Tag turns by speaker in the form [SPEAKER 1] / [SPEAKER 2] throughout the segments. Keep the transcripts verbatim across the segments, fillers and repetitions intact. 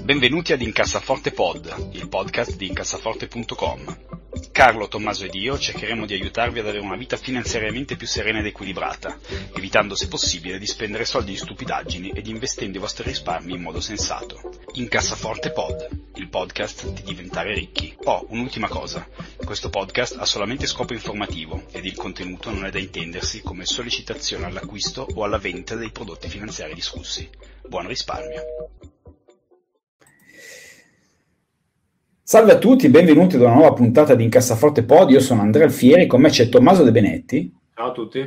[SPEAKER 1] Benvenuti ad Incassaforte Pod, il podcast di incassaforte punto com. Carlo, Tommaso ed io cercheremo di aiutarvi ad avere una vita finanziariamente più serena ed equilibrata, evitando se possibile di spendere soldi in stupidaggini ed investendo i vostri risparmi in modo sensato. Incassaforte Pod, il podcast di diventare ricchi. Oh, un'ultima cosa, questo podcast ha solamente scopo informativo ed il contenuto non è da intendersi come sollecitazione all'acquisto o alla vendita dei prodotti finanziari discussi. Buon risparmio.
[SPEAKER 2] Salve a tutti, benvenuti ad una nuova puntata di Incassaforte Pod. Io sono Andrea Alfieri, con me c'è Tommaso De Benetti.
[SPEAKER 3] Ciao a tutti.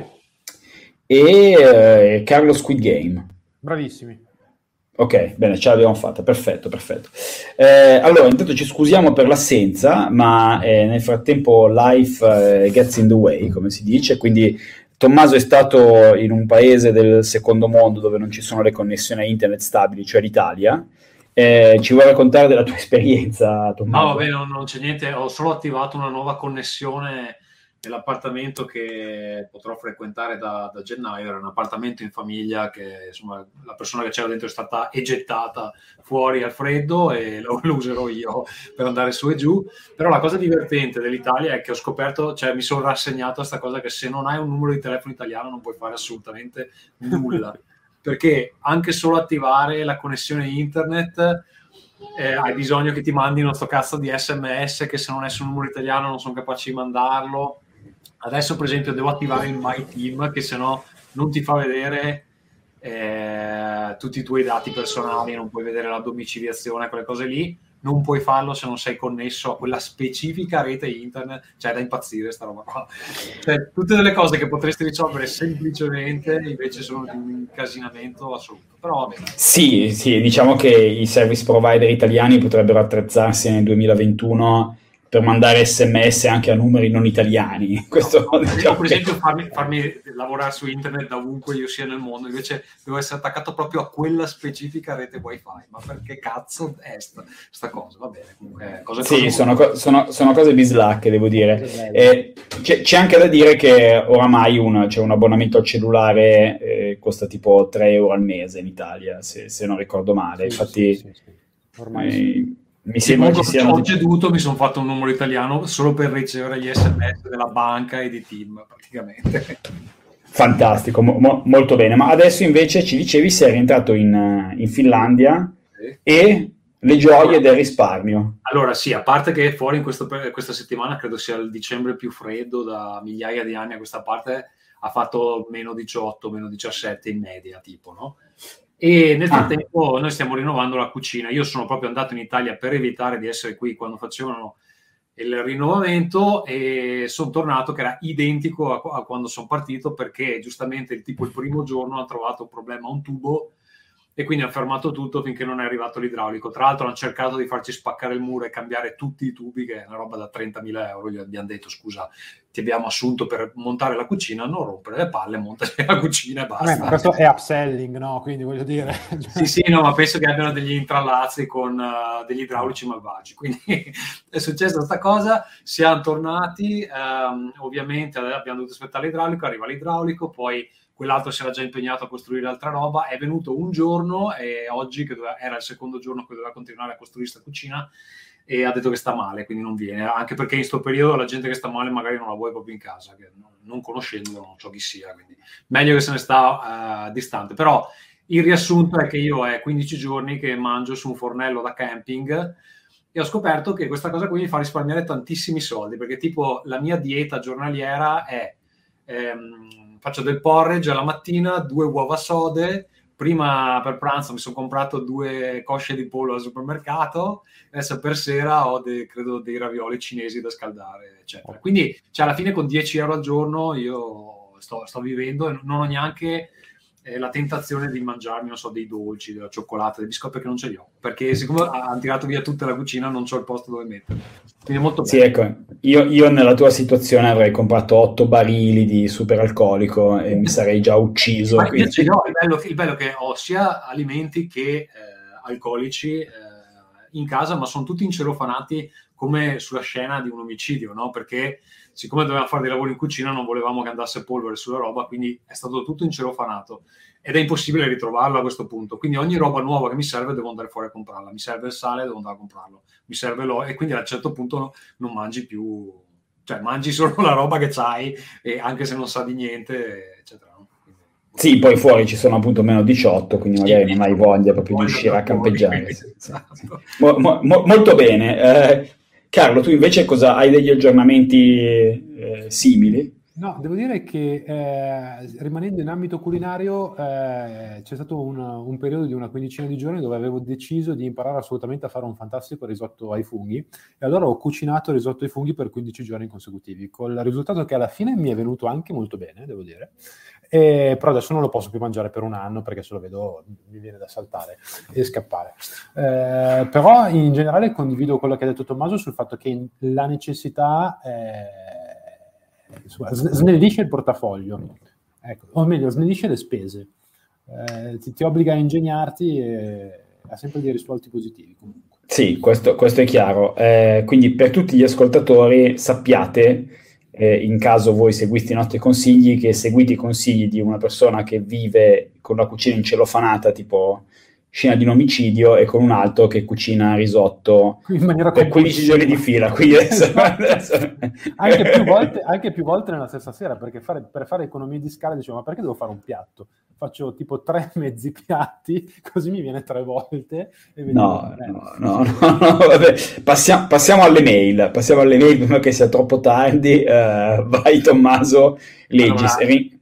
[SPEAKER 2] E eh, Carlo Squid Game.
[SPEAKER 4] Bravissimi.
[SPEAKER 2] Ok, bene, ce l'abbiamo fatta, perfetto, perfetto. Eh, allora, intanto ci scusiamo per l'assenza, ma eh, nel frattempo life eh, gets in the way, come si dice, quindi Tommaso è stato in un paese del secondo mondo dove non ci sono le connessioni a internet stabili, cioè l'Italia. Eh, ci vuoi raccontare della tua esperienza, Tommaso?
[SPEAKER 3] No, vabbè, non, non c'è niente, ho solo attivato una nuova connessione nell'appartamento che potrò frequentare da, da gennaio. Era un appartamento in famiglia che, insomma, la persona che c'era dentro è stata egettata fuori al freddo e lo, lo userò io per andare su e giù. Però la cosa divertente dell'Italia è che ho scoperto, cioè mi sono rassegnato a questa cosa, che se non hai un numero di telefono italiano non puoi fare assolutamente nulla. Perché anche solo attivare la connessione internet eh, hai bisogno che ti mandino sto cazzo di sms che se non è su un numero italiano non sono capaci di mandarlo. Adesso per esempio devo attivare il My Team, che se no non ti fa vedere eh, tutti i tuoi dati personali, non puoi vedere la domiciliazione, quelle cose lì. Non puoi farlo se non sei connesso a quella specifica rete internet, cioè è da impazzire sta roba qua. Cioè, tutte delle cose che potresti risolvere semplicemente invece sono di un incasinamento assoluto. Però va bene.
[SPEAKER 2] Sì, sì, diciamo che i service provider italiani potrebbero attrezzarsi nel duemilaventuno per mandare sms anche a numeri non italiani. Questo,
[SPEAKER 3] no,
[SPEAKER 2] diciamo
[SPEAKER 3] per
[SPEAKER 2] che...
[SPEAKER 3] esempio farmi, farmi lavorare su internet da ovunque io sia nel mondo, invece devo essere attaccato proprio a quella specifica rete wifi. Ma perché cazzo è sta, sta cosa? Va bene, comunque cosa
[SPEAKER 2] sì,
[SPEAKER 3] cosa
[SPEAKER 2] sono, co- sono, sono cose bislacche, devo dire. Eh, c'è, c'è anche da dire che oramai una, c'è un abbonamento al cellulare eh, costa tipo tre euro al mese in Italia, se, se non ricordo male.
[SPEAKER 4] Sì,
[SPEAKER 2] Infatti
[SPEAKER 4] sì, sì, sì. Ormai
[SPEAKER 2] eh,
[SPEAKER 4] sì.
[SPEAKER 2] mi sembra ci siano...
[SPEAKER 3] Ho ceduto, mi sono fatto un numero italiano solo per ricevere gli sms della banca e di Team, praticamente.
[SPEAKER 2] Fantastico, mo- molto bene. Ma adesso invece ci dicevi sei rientrato in, in Finlandia
[SPEAKER 3] Sì.
[SPEAKER 2] e le gioie del risparmio.
[SPEAKER 3] Allora sì, a parte che fuori in questo, questa settimana credo sia il dicembre più freddo da migliaia di anni a questa parte, ha fatto meno diciotto, meno diciassette in media, tipo, no? E nel frattempo ah. noi stiamo rinnovando la cucina. Io sono proprio andato in Italia per evitare di essere qui quando facevano il rinnovamento e sono tornato che era identico a, a quando sono partito, perché giustamente il tipo il primo giorno ha trovato un problema a un tubo e quindi ha fermato tutto finché non è arrivato l'idraulico. Tra l'altro hanno cercato di farci spaccare il muro e cambiare tutti i tubi, che è una roba da trentamila euro. Gli abbiamo detto: scusa, ti abbiamo assunto per montare la cucina, non rompere le palle, montare la cucina e basta.
[SPEAKER 4] Eh, ma questo è upselling, no? Quindi voglio dire...
[SPEAKER 3] Sì, sì, no, ma penso che abbiano degli intrallazzi con uh, degli idraulici malvagi. Quindi è successa questa cosa, siamo tornati, um, ovviamente abbiamo dovuto aspettare l'idraulico, arriva l'idraulico, poi quell'altro si era già impegnato a costruire altra roba, è venuto un giorno e oggi, che doveva, era il secondo giorno che doveva continuare a costruire questa cucina, e ha detto che sta male, quindi non viene, anche perché in sto periodo la gente che sta male magari non la vuoi proprio in casa, che non, non conoscendolo non so chi sia, quindi meglio che se ne sta uh, distante. Però il riassunto è che io è quindici giorni che mangio su un fornello da camping e ho scoperto che questa cosa qui mi fa risparmiare tantissimi soldi, perché tipo la mia dieta giornaliera è ehm, faccio del porridge alla mattina, due uova sode, prima per pranzo mi sono comprato due cosce di pollo al supermercato, adesso per sera ho dei, credo dei ravioli cinesi da scaldare, eccetera. Quindi cioè, alla fine con dieci euro al giorno io sto, sto vivendo e non ho neanche eh, la tentazione di mangiarmi, non so, dei dolci, della cioccolata, dei biscotti, perché non ce li ho, perché siccome hanno tirato via tutta la cucina non c'ho il posto dove metterli. Quindi è molto bello.
[SPEAKER 2] Sì, ecco, io, io nella tua situazione avrei comprato otto barili di superalcolico e mi sarei già ucciso.
[SPEAKER 3] Ma
[SPEAKER 2] quindi...
[SPEAKER 3] no, il bello, il bello è che ho sia alimenti che eh, alcolici, eh, in casa, ma sono tutti incerofanati come sulla scena di un omicidio, no? Perché siccome dovevamo fare dei lavori in cucina non volevamo che andasse polvere sulla roba, quindi è stato tutto incerofanato ed è impossibile ritrovarlo a questo punto. Quindi ogni roba nuova che mi serve devo andare fuori a comprarla, mi serve il sale, devo andare a comprarlo, mi serve l'olio, e quindi a un certo punto non mangi più, cioè mangi solo la roba che c'hai, e anche se non sa di niente, eccetera. No? Quindi,
[SPEAKER 2] sì, poi fuori ci sono appunto meno diciotto, quindi magari
[SPEAKER 3] sì,
[SPEAKER 2] non hai voglia proprio
[SPEAKER 3] voglia
[SPEAKER 2] di uscire a campeggiare.
[SPEAKER 3] fuori,
[SPEAKER 2] Sì, sì,
[SPEAKER 3] esatto.
[SPEAKER 2] sì. Mo, mo, mo, molto bene. Eh, Carlo, tu invece cosa hai degli aggiornamenti eh, simili?
[SPEAKER 4] No, devo dire che eh, rimanendo in ambito culinario eh, c'è stato un, un periodo di una quindicina di giorni dove avevo deciso di imparare assolutamente a fare un fantastico risotto ai funghi, e allora ho cucinato risotto ai funghi per quindici giorni consecutivi, col risultato che alla fine mi è venuto anche molto bene, devo dire, e, però adesso non lo posso più mangiare per un anno perché se lo vedo mi viene da saltare e scappare. Eh, però in generale condivido quello che ha detto Tommaso sul fatto che la necessità... Eh, snellisce il portafoglio, ecco, o meglio snellisce le spese, eh, ti, ti obbliga a ingegnarti e ha sempre dei risvolti positivi comunque.
[SPEAKER 2] Sì, questo, questo è chiaro. Eh, quindi per tutti gli ascoltatori sappiate, eh, in caso voi seguite i nostri consigli, che seguite i consigli di una persona che vive con la cucina incelofanata tipo scena di un omicidio e con un altro che cucina risotto
[SPEAKER 4] in maniera
[SPEAKER 2] per quindici giorni di fila. Quindi adesso, adesso...
[SPEAKER 4] anche, più volte, anche più volte nella stessa sera, perché fare, per fare economie di scala dicevo, ma perché devo fare un piatto? Faccio tipo tre mezzi piatti, così mi viene tre volte. E
[SPEAKER 2] no, no, no, no, no, vabbè. Passiamo, passiamo alle mail, passiamo alle mail prima che sia troppo tardi. Uh, vai Tommaso, leggi.
[SPEAKER 3] Allora,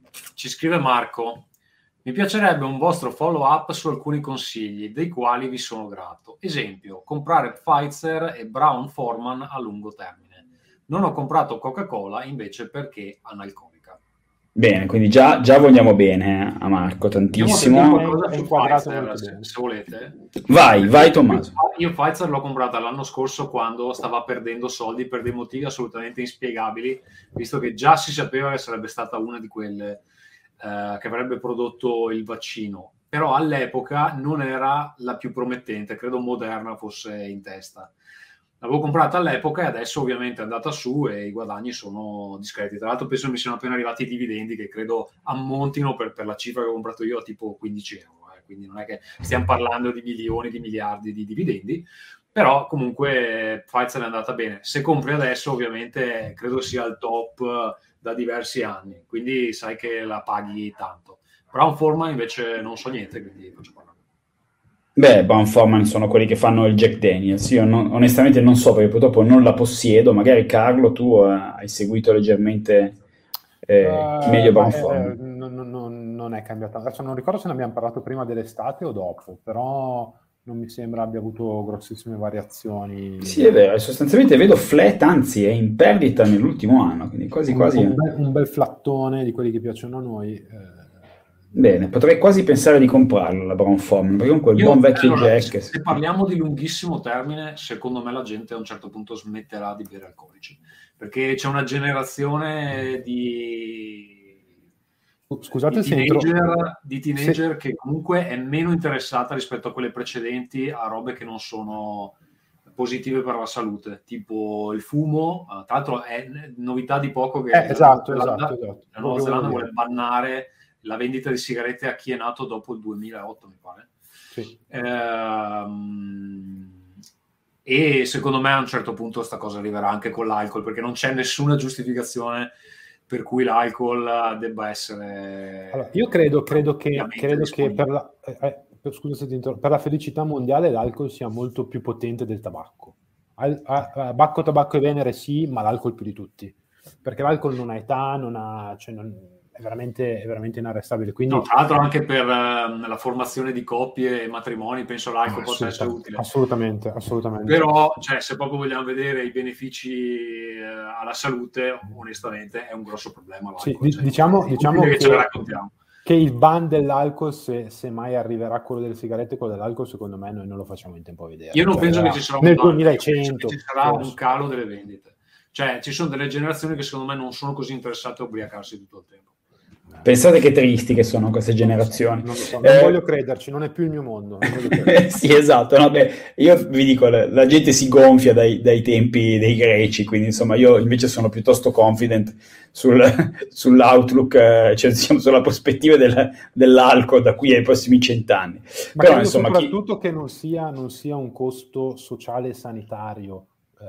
[SPEAKER 3] ci scrive Marco: mi piacerebbe un vostro follow up su alcuni consigli, dei quali vi sono grato. Esempio, comprare Pfizer e Brown Forman a lungo termine. Non ho comprato Coca-Cola invece perché analcolica.
[SPEAKER 2] Bene, quindi già, già vogliamo bene a Marco, tantissimo.
[SPEAKER 3] Qualcosa su Pfizer, se, se volete.
[SPEAKER 2] Vai, vai Tommaso.
[SPEAKER 3] Io Pfizer l'ho comprata l'anno scorso quando stava perdendo soldi per dei motivi assolutamente inspiegabili, visto che già si sapeva che sarebbe stata una di quelle Uh, che avrebbe prodotto il vaccino, però all'epoca non era la più promettente, credo Moderna fosse in testa. L'avevo comprata all'epoca e adesso ovviamente è andata su e i guadagni sono discreti. Tra l'altro penso mi siano appena arrivati i dividendi che credo ammontino per, per la cifra che ho comprato io a tipo quindici euro, eh. Quindi non è che stiamo parlando di milioni, di miliardi di dividendi, però comunque Pfizer è andata bene. Se compri adesso ovviamente credo sia al top da diversi anni, quindi sai che la paghi tanto. Brown Forman invece non so niente, quindi faccio parlare.
[SPEAKER 2] Beh, Brown Forman sono quelli che fanno il Jack Daniels. Io non, onestamente non so, perché purtroppo non la possiedo. Magari Carlo, tu uh, hai seguito leggermente eh, uh, meglio Brown Forman.
[SPEAKER 4] Eh, non, non, non è cambiato. Adesso non ricordo se ne abbiamo parlato prima dell'estate o dopo, però non mi sembra abbia avuto grossissime variazioni.
[SPEAKER 2] Sì, è vero, sostanzialmente vedo flat, anzi è in perdita nell'ultimo anno, quindi quasi
[SPEAKER 4] un,
[SPEAKER 2] quasi...
[SPEAKER 4] Un bel, un bel flattone di quelli che piacciono a noi. Eh.
[SPEAKER 2] Bene, potrei quasi pensare di comprarlo la Brown Forman, perché comunque il
[SPEAKER 3] Io,
[SPEAKER 2] buon vecchio
[SPEAKER 3] allora,
[SPEAKER 2] Jack...
[SPEAKER 3] Se parliamo di lunghissimo termine, secondo me la gente a un certo punto smetterà di bere alcolici, perché c'è una generazione di...
[SPEAKER 4] Scusate
[SPEAKER 3] di
[SPEAKER 4] se
[SPEAKER 3] teenager,
[SPEAKER 4] entro...
[SPEAKER 3] di teenager
[SPEAKER 4] se...
[SPEAKER 3] che comunque è meno interessata rispetto a quelle precedenti a robe che non sono positive per la salute, tipo il fumo. Tra l'altro è novità di poco che
[SPEAKER 4] eh, esatto,
[SPEAKER 3] la Nuova Zelanda,
[SPEAKER 4] esatto, esatto.
[SPEAKER 3] la Nuova Zelanda vuole bannare la vendita di sigarette a chi è nato dopo il duemilaotto, mi pare.
[SPEAKER 4] Sì.
[SPEAKER 3] Ehm, e secondo me a un certo punto sta cosa arriverà anche con l'alcol, perché non c'è nessuna giustificazione per cui l'alcol debba essere...
[SPEAKER 4] Allora, io credo, credo che, credo che per, la, eh, eh, scusa se ti interrompo, per la felicità mondiale l'alcol sia molto più potente del tabacco. Al, a, a, bacco, tabacco e Venere sì, ma l'alcol più di tutti. Perché l'alcol non ha età, non ha... Cioè non, è veramente, è veramente inarrestabile. Quindi,
[SPEAKER 3] no, tra l'altro anche per uh, la formazione di coppie e matrimoni penso l'alcol possa essere utile.
[SPEAKER 4] Assolutamente, assolutamente.
[SPEAKER 3] Però, cioè, se proprio vogliamo vedere i benefici uh, alla salute, onestamente è un grosso problema l'alcol.
[SPEAKER 4] Sì, cioè, diciamo diciamo che,
[SPEAKER 3] che ce la raccontiamo.
[SPEAKER 4] Che il ban dell'alcol, se, se mai arriverà quello delle sigarette, quello dell'alcol, secondo me noi non lo facciamo in tempo a vedere.
[SPEAKER 3] Io non
[SPEAKER 4] cioè,
[SPEAKER 3] penso che ci sarà un
[SPEAKER 4] nel
[SPEAKER 3] ban,
[SPEAKER 4] duemilacento
[SPEAKER 3] ci sarà
[SPEAKER 4] forse.
[SPEAKER 3] un calo delle vendite. Cioè, ci sono delle generazioni che secondo me non sono così interessate a ubriacarsi tutto il tempo.
[SPEAKER 2] Pensate che tristi che sono queste generazioni.
[SPEAKER 4] Non, so, non eh, voglio crederci, non è più il mio mondo.
[SPEAKER 2] Sì, esatto. No, beh, io vi dico, la, la gente si gonfia dai, dai tempi dei greci, quindi insomma io invece sono piuttosto confident sul, sull'outlook, eh, cioè diciamo sulla prospettiva del, dell'alcol da qui ai prossimi cent'anni.
[SPEAKER 4] Ma però, insomma, soprattutto chi... che non sia, non sia un costo sociale e sanitario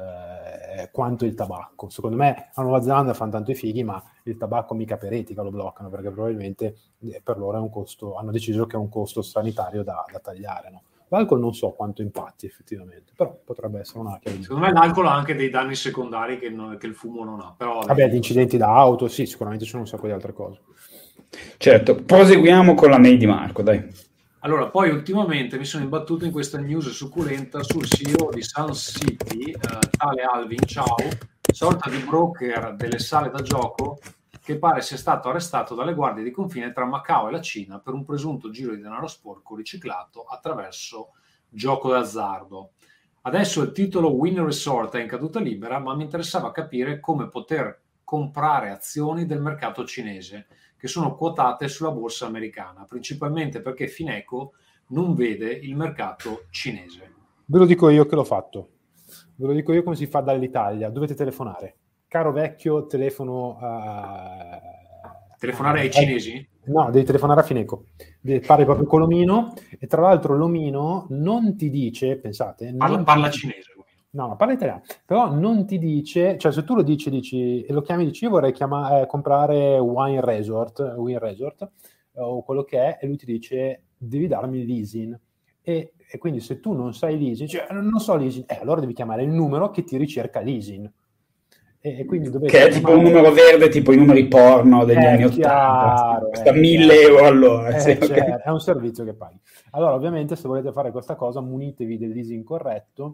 [SPEAKER 4] Eh, quanto il tabacco. Secondo me a Nuova Zelanda fanno tanto i fighi, ma il tabacco mica per etica lo bloccano, perché probabilmente per loro è un costo, hanno deciso che è un costo sanitario da, da tagliare, no? L'alcol non so quanto impatti effettivamente, però potrebbe essere una chiave.
[SPEAKER 3] Secondo me l'alcol ha anche dei danni secondari che, non, che il fumo non ha. Però
[SPEAKER 4] vabbè, gli incidenti da auto, sì, sicuramente ci sono un sacco di altre cose.
[SPEAKER 2] Certo, proseguiamo con la mail di Marco, dai.
[SPEAKER 3] Allora, poi ultimamente mi sono imbattuto in questa news succulenta sul C E O di Sun City, eh, tale Alvin Chow, sorta di broker delle sale da gioco, che pare sia stato arrestato dalle guardie di confine tra Macao e la Cina per un presunto giro di denaro sporco riciclato attraverso gioco d'azzardo. Adesso il titolo Win Resort è in caduta libera, ma mi interessava capire come poter comprare azioni del mercato cinese che sono quotate sulla borsa americana, principalmente perché Fineco non vede il mercato cinese.
[SPEAKER 4] Ve lo dico io che l'ho fatto. Ve lo dico io come si fa dall'Italia. Dovete telefonare. Caro vecchio, telefono a...
[SPEAKER 3] Telefonare ai cinesi?
[SPEAKER 4] No, devi telefonare a Fineco. Parli proprio con l'omino e tra l'altro l'omino non ti dice, pensate...
[SPEAKER 3] Parla, parla cinese.
[SPEAKER 4] No, ma parla italiano, però non ti dice, cioè se tu lo dici, dici e lo chiami, dici io vorrei chiama, eh, comprare Wine Resort, Wine Resort eh, o quello che è, e lui ti dice devi darmi l'Isin. E, e quindi se tu non sai l'Isin, cioè non so l'Isin, eh, allora devi chiamare il numero che ti ricerca l'Isin. E, e quindi dovete
[SPEAKER 2] che è tipo un numero verde, tipo i numeri porno degli anni ottanta, costa mille euro all'ora.
[SPEAKER 4] Eh,
[SPEAKER 2] sì,
[SPEAKER 4] cioè,
[SPEAKER 2] okay.
[SPEAKER 4] È un servizio che paghi. Allora ovviamente se volete fare questa cosa munitevi dell'Isin corretto.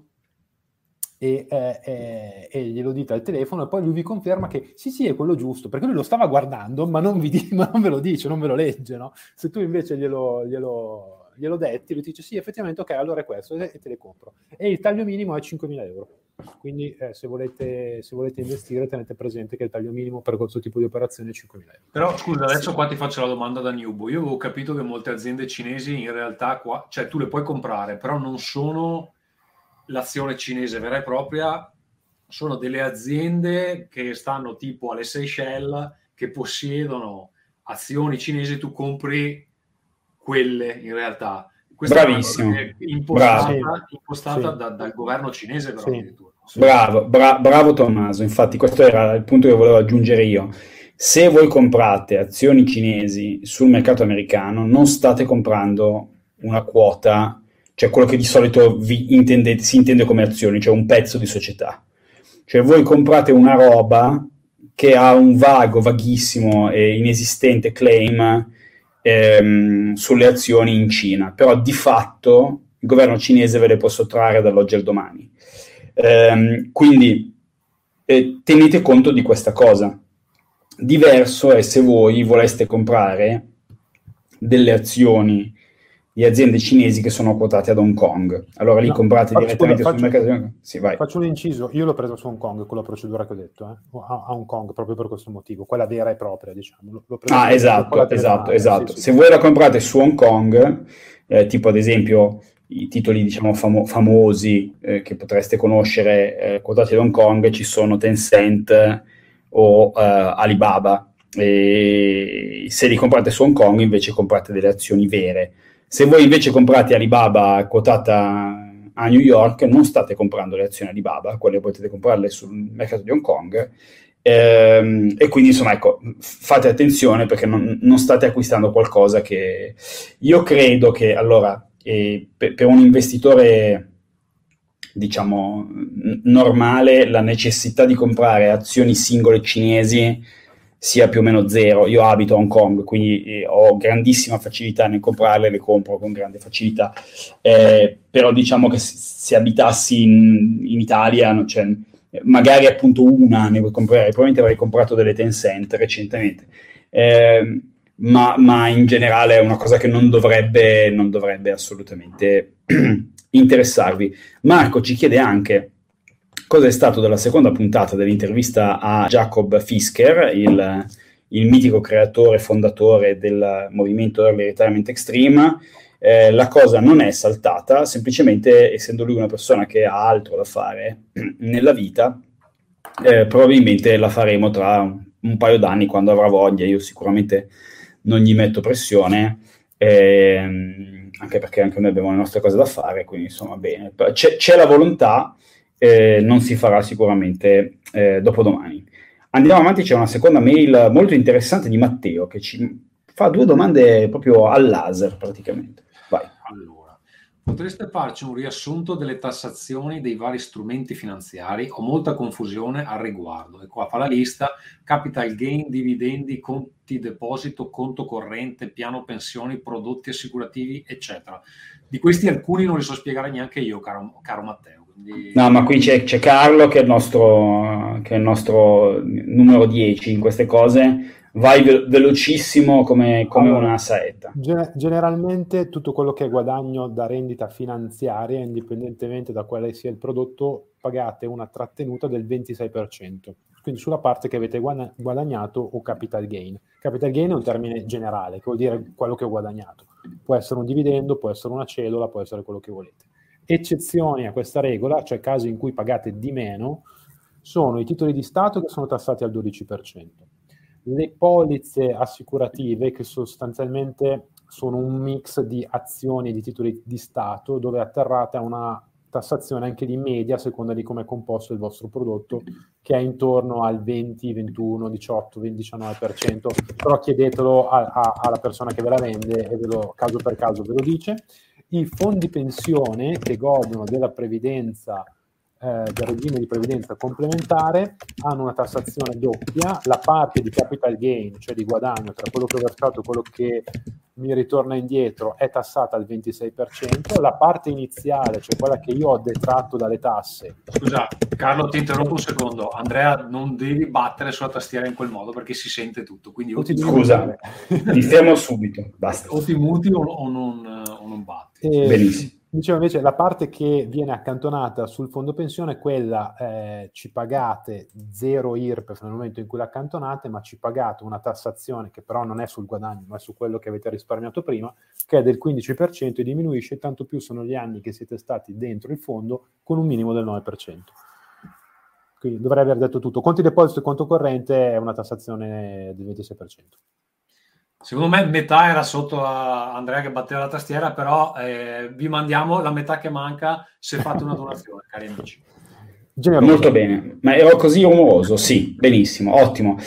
[SPEAKER 4] E, eh, eh, e glielo dite al telefono e poi lui vi conferma che sì sì è quello giusto, perché lui lo stava guardando ma non, vi di- ma non ve lo dice, non ve lo legge, no? Se tu invece glielo, glielo, glielo detti, lui ti dice sì effettivamente ok allora è questo e te le compro, e il taglio minimo è cinquemila euro, quindi eh, se, volete, se volete investire tenete presente che il taglio minimo per questo tipo di operazione è cinquemila euro.
[SPEAKER 3] Però scusa, adesso qua ti faccio la domanda da Newbo. Io avevo capito che molte aziende cinesi in realtà qua, cioè tu le puoi comprare però non sono l'azione cinese vera e propria, sono delle aziende che stanno tipo alle Seychelles, che possiedono azioni cinesi, tu compri quelle in realtà. Questa
[SPEAKER 2] Bravissimo.
[SPEAKER 3] è impostata,
[SPEAKER 2] Bravo.
[SPEAKER 3] impostata
[SPEAKER 4] Sì.
[SPEAKER 3] da, dal governo cinese però
[SPEAKER 4] Sì.
[SPEAKER 3] addirittura.
[SPEAKER 4] Sì.
[SPEAKER 2] Bravo, bra- bravo Tommaso, infatti questo era il punto che volevo aggiungere io. Se voi comprate azioni cinesi sul mercato americano, non state comprando una quota, cioè quello che di solito vi intendete, si intende come azioni, cioè un pezzo di società. Cioè voi comprate una roba che ha un vago, vaghissimo e inesistente claim ehm, sulle azioni in Cina, però di fatto il governo cinese ve le può sottrarre dall'oggi al domani. Ehm, quindi eh, tenete conto di questa cosa. Diverso è se voi voleste comprare delle azioni di aziende cinesi che sono quotate ad Hong Kong. Allora lì
[SPEAKER 4] No,
[SPEAKER 2] comprate
[SPEAKER 4] faccio,
[SPEAKER 2] direttamente
[SPEAKER 4] scusa,
[SPEAKER 2] sul
[SPEAKER 4] faccio,
[SPEAKER 2] mercato. Sì, vai.
[SPEAKER 4] Faccio un inciso, io l'ho preso su Hong Kong con la procedura che ho detto, eh, a, a Hong Kong, proprio per questo motivo, quella vera e propria, diciamo. L'ho preso
[SPEAKER 2] Ah, esatto, esatto, esatto.
[SPEAKER 4] Sì,
[SPEAKER 2] Se
[SPEAKER 4] sì.
[SPEAKER 2] voi la comprate su Hong Kong, eh, tipo ad esempio i titoli diciamo famo- famosi eh, che potreste conoscere eh, quotati ad Hong Kong, ci sono Tencent o eh, Alibaba. E se li comprate su Hong Kong invece comprate delle azioni vere. Se voi invece comprate Alibaba quotata a New York, non state comprando le azioni Alibaba, quelle potete comprarle sul mercato di Hong Kong, ehm, e quindi insomma ecco, fate attenzione perché non, non state acquistando qualcosa che io credo che allora eh, per, per un investitore diciamo n- normale la necessità di comprare azioni singole cinesi sia più o meno zero. Io abito a Hong Kong, quindi eh, ho grandissima facilità nel comprarle, le compro con grande facilità, eh, però diciamo che se, se abitassi in, in Italia, cioè, magari appunto una ne vuoi comprare, probabilmente avrei comprato delle Tencent recentemente, eh, ma, ma in generale è una cosa che non dovrebbe, non dovrebbe assolutamente interessarvi. Marco ci chiede anche cosa è stato della seconda puntata dell'intervista a Jacob Fisker, il, il mitico creatore, fondatore del movimento Early Retirement Extreme, eh, la cosa non è saltata, semplicemente essendo lui una persona che ha altro da fare nella vita, eh, probabilmente la faremo tra un, un paio d'anni quando avrà voglia. Io sicuramente non gli metto pressione, ehm, anche perché anche noi abbiamo le nostre cose da fare, quindi insomma bene, c'è, c'è la volontà, eh, non si farà sicuramente eh, dopodomani. Andiamo avanti, c'è una seconda mail molto interessante di Matteo che ci fa due domande proprio al laser praticamente. Vai.
[SPEAKER 3] Allora, potreste farci un riassunto delle tassazioni dei vari strumenti finanziari? Ho molta confusione al riguardo. E qua fa la lista: capital gain, dividendi, conti deposito, conto corrente, piano pensioni, prodotti assicurativi, eccetera. Di questi alcuni non li so spiegare neanche io, caro, caro Matteo. Quindi...
[SPEAKER 2] No, ma qui c'è, c'è Carlo che è il nostro, che è il nostro numero dieci in queste cose. Vai ve- velocissimo come, come
[SPEAKER 4] allora,
[SPEAKER 2] una saetta.
[SPEAKER 4] Ge- generalmente tutto quello che è guadagno da rendita finanziaria, indipendentemente da quale sia il prodotto, pagate una trattenuta del ventisei per cento. Quindi sulla parte che avete guada- guadagnato o capital gain. Capital gain è un termine generale, che vuol dire quello che ho guadagnato. Può essere un dividendo, può essere una cedola, può essere quello che volete. Eccezioni a questa regola, cioè casi in cui pagate di meno, sono i titoli di Stato che sono tassati al dodici per cento. Le polizze assicurative, che sostanzialmente sono un mix di azioni e di titoli di Stato, dove atterrate a una tassazione anche di media a seconda di come è composto il vostro prodotto, che è intorno al venti, ventuno, diciotto, diciannove per cento, però chiedetelo a, a, alla persona che ve la vende e ve lo, caso per caso ve lo dice. I fondi pensione che godono della previdenza, eh, del regime di previdenza complementare, hanno una tassazione doppia. La parte di capital gain, cioè di guadagno tra quello che ho versato e quello che mi ritorna indietro, è tassata al ventisei per cento. La parte iniziale, cioè quella che io ho detratto dalle tasse.
[SPEAKER 3] Scusa, Carlo, ti interrompo un secondo. Andrea, non devi battere sulla tastiera in quel modo perché si sente tutto. Quindi o ti
[SPEAKER 2] Scusa, ti fermo subito. Basta.
[SPEAKER 3] O ti muti o, o, non, o non batti.
[SPEAKER 4] E,
[SPEAKER 2] benissimo.
[SPEAKER 4] Dicevo invece, la parte che viene accantonata sul fondo pensione è quella, eh, ci pagate zero I R P E F nel momento in cui l'accantonate, ma ci pagate una tassazione che però non è sul guadagno, ma è su quello che avete risparmiato prima, che è del quindici per cento e diminuisce, tanto più sono gli anni che siete stati dentro il fondo con un minimo del nove per cento. Quindi dovrei aver detto tutto. Conti deposito e conto corrente è una tassazione del ventisei per cento.
[SPEAKER 3] Secondo me metà era sotto a Andrea che batteva la tastiera, però eh, vi mandiamo la metà che manca se fate una donazione, cari amici.
[SPEAKER 2] Generoso. Molto bene, ma ero così rumoroso, sì, benissimo, ottimo.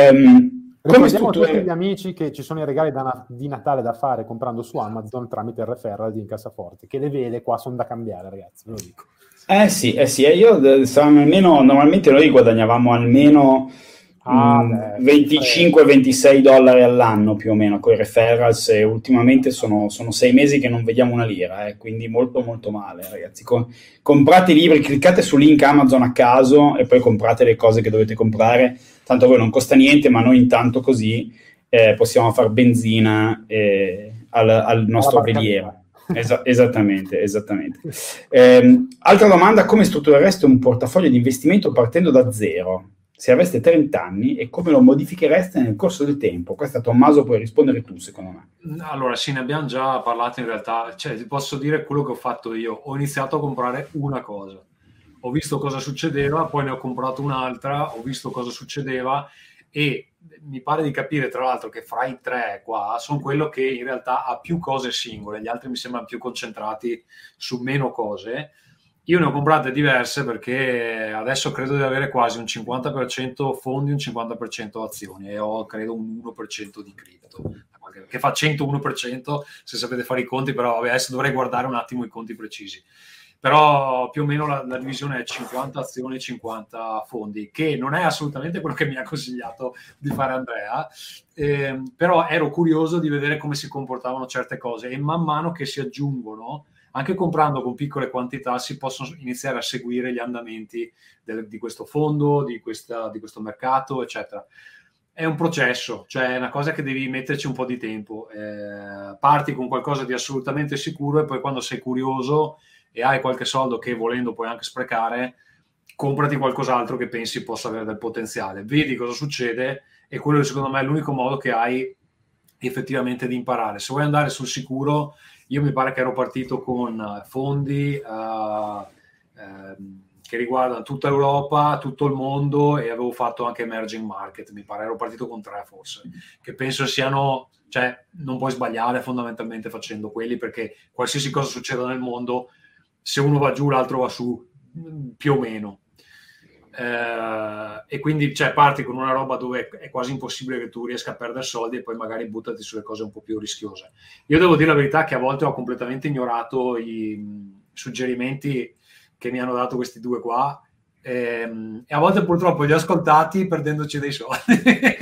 [SPEAKER 2] Ehm,
[SPEAKER 4] come struttura... tutti gli amici che ci sono i regali da, di Natale da fare comprando su Amazon tramite il referral di Incassaforte, che le vele qua sono da cambiare, ragazzi, ve lo dico.
[SPEAKER 2] Eh sì, eh sì, io almeno, normalmente noi guadagnavamo almeno ah, mh, venticinque ventisei dollari all'anno più o meno con i referrals, e ultimamente sono, sono sei mesi che non vediamo una lira, eh, quindi molto molto male, ragazzi. Com- comprate i libri, cliccate sul link Amazon a caso e poi comprate le cose che dovete comprare, tanto a voi non costa niente, ma noi intanto così eh, possiamo far benzina eh, al, al nostro veliero. Esa- esattamente, esattamente. Eh, altra domanda: come strutturereste un portafoglio di investimento partendo da zero? Se aveste trenta anni, e come lo modifichereste nel corso del tempo? Questa, Tommaso, puoi rispondere tu, secondo me.
[SPEAKER 3] Allora, sì, ne abbiamo già parlato in realtà. Cioè, ti posso dire quello che ho fatto io. Ho iniziato a comprare una cosa, ho visto cosa succedeva, poi ne ho comprato un'altra, ho visto cosa succedeva, e mi pare di capire, tra l'altro, che fra i tre qua sono quello che in realtà ha più cose singole, gli altri mi sembrano più concentrati su meno cose. Io ne ho comprate diverse perché adesso credo di avere quasi un cinquanta per cento fondi, un cinquanta per cento azioni, e ho credo un uno per cento di cripto, che fa centouno per cento se sapete fare i conti, però vabbè, adesso dovrei guardare un attimo i conti precisi. Però più o meno la, la divisione è cinquanta azioni, cinquanta fondi, che non è assolutamente quello che mi ha consigliato di fare Andrea, eh, però ero curioso di vedere come si comportavano certe cose, e man mano che si aggiungono, anche comprando con piccole quantità, si possono iniziare a seguire gli andamenti del, di questo fondo, di, questa, di questo mercato, eccetera. È un processo, cioè è una cosa che devi metterci un po' di tempo. Eh, parti con qualcosa di assolutamente sicuro, e poi quando sei curioso e hai qualche soldo che volendo puoi anche sprecare, comprati qualcos'altro che pensi possa avere del potenziale, vedi cosa succede, e quello secondo me è l'unico modo che hai effettivamente di imparare. Se vuoi andare sul sicuro, io mi pare che ero partito con fondi uh, uh, che riguardano tutta Europa, tutto il mondo, e avevo fatto anche emerging market, mi pare, ero partito con tre forse, che penso siano, cioè non puoi sbagliare fondamentalmente facendo quelli, perché qualsiasi cosa succeda nel mondo, se uno va giù l'altro va su, più o meno. Eh, e quindi cioè, parti con una roba dove è quasi impossibile che tu riesca a perdere soldi, e poi magari buttati sulle cose un po' più rischiose. Io devo dire la verità che a volte ho completamente ignorato i suggerimenti che mi hanno dato questi due qua, ehm, e a volte purtroppo li ho ascoltati perdendoci dei soldi.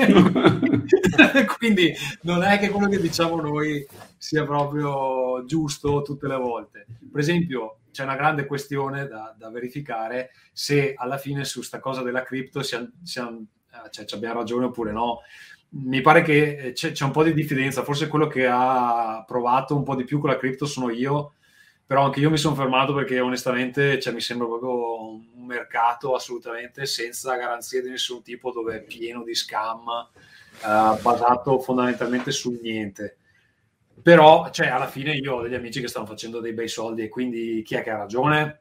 [SPEAKER 3] Quindi non è che quello che diciamo noi sia proprio giusto tutte le volte. Per esempio c'è una grande questione da, da verificare se alla fine su sta cosa della cripto siamo, siamo, cioè, abbiamo ragione oppure no. Mi pare che c'è, c'è un po' di diffidenza, forse quello che ha provato un po' di più con la cripto sono io, però anche io mi sono fermato perché onestamente cioè, mi sembra proprio un mercato assolutamente senza garanzie di nessun tipo, dove è pieno di scam, uh, basato fondamentalmente sul niente. Però cioè, alla fine io ho degli amici che stanno facendo dei bei soldi, e quindi chi è che ha ragione?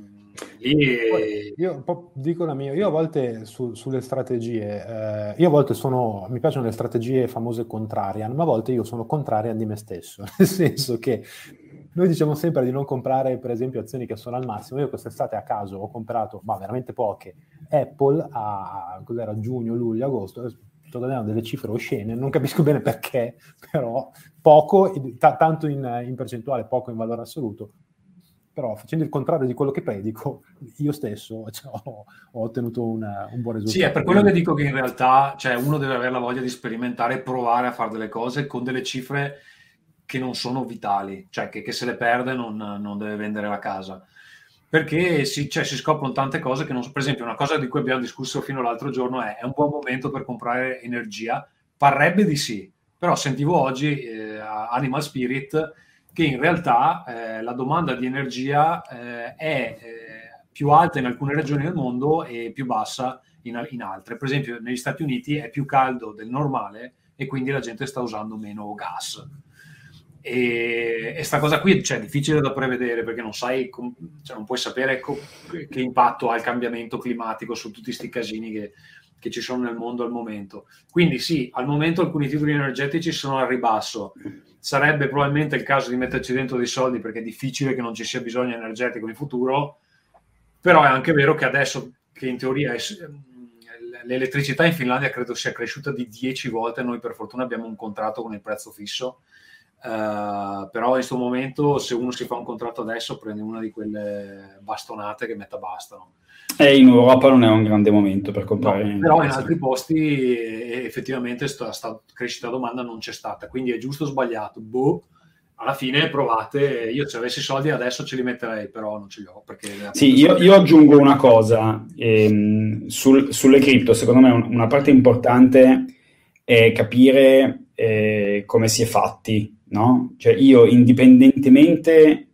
[SPEAKER 4] Lì... Io un po' dico la mia, io a volte su, sulle strategie, eh, io a volte sono, mi piacciono le strategie famose contrarian, ma a volte io sono contrarian di me stesso, nel senso che noi diciamo sempre di non comprare per esempio azioni che sono al massimo. Io quest'estate a caso ho comprato, ma veramente poche, Apple a, cos'era, giugno, luglio, agosto, sto guadagnando delle cifre oscene, non capisco bene perché, però poco, t- tanto in, in percentuale, poco in valore assoluto. Però facendo il contrario di quello che predico, io stesso cioè, ho, ho ottenuto una, un buon risultato.
[SPEAKER 3] Sì, è per quello che dico che in realtà cioè, uno deve avere la voglia di sperimentare e provare a fare delle cose con delle cifre che non sono vitali, cioè che, che se le perde non, non deve vendere la casa. Perché si, cioè, si scoprono tante cose che non so. Per esempio, una cosa di cui abbiamo discusso fino all'altro giorno è: è un buon momento per comprare energia? Parrebbe di sì, però sentivo oggi eh, Animal Spirit che in realtà eh, la domanda di energia eh, è eh, più alta in alcune regioni del mondo e più bassa in, in altre. Per esempio negli Stati Uniti è più caldo del normale e quindi la gente sta usando meno gas. E, e sta cosa qui cioè, è difficile da prevedere, perché non sai, com- cioè, non puoi sapere co- che impatto ha il cambiamento climatico su tutti sti casini che, che ci sono nel mondo al momento. Quindi sì, al momento alcuni titoli energetici sono al ribasso. Sarebbe probabilmente il caso di metterci dentro dei soldi, perché è difficile che non ci sia bisogno energetico in futuro. Però è anche vero che adesso che in teoria è, l'elettricità in Finlandia credo sia cresciuta di dieci volte, noi per fortuna abbiamo un contratto con il prezzo fisso. Uh, però in questo momento se uno si fa un contratto adesso prende una di quelle bastonate che metta bastano.
[SPEAKER 2] E in Europa non è un grande momento per comprare.
[SPEAKER 3] No, però in altri posti effettivamente sta, sta crescita domanda non c'è stata, quindi è giusto o sbagliato? Boh, alla fine provate. Io se avessi soldi adesso ce li metterei, però non ce li ho perché
[SPEAKER 2] sì, io, io aggiungo una cosa ehm, sul, sulle cripto. Secondo me una parte importante è capire eh, come si è fatti, no? Cioè io indipendentemente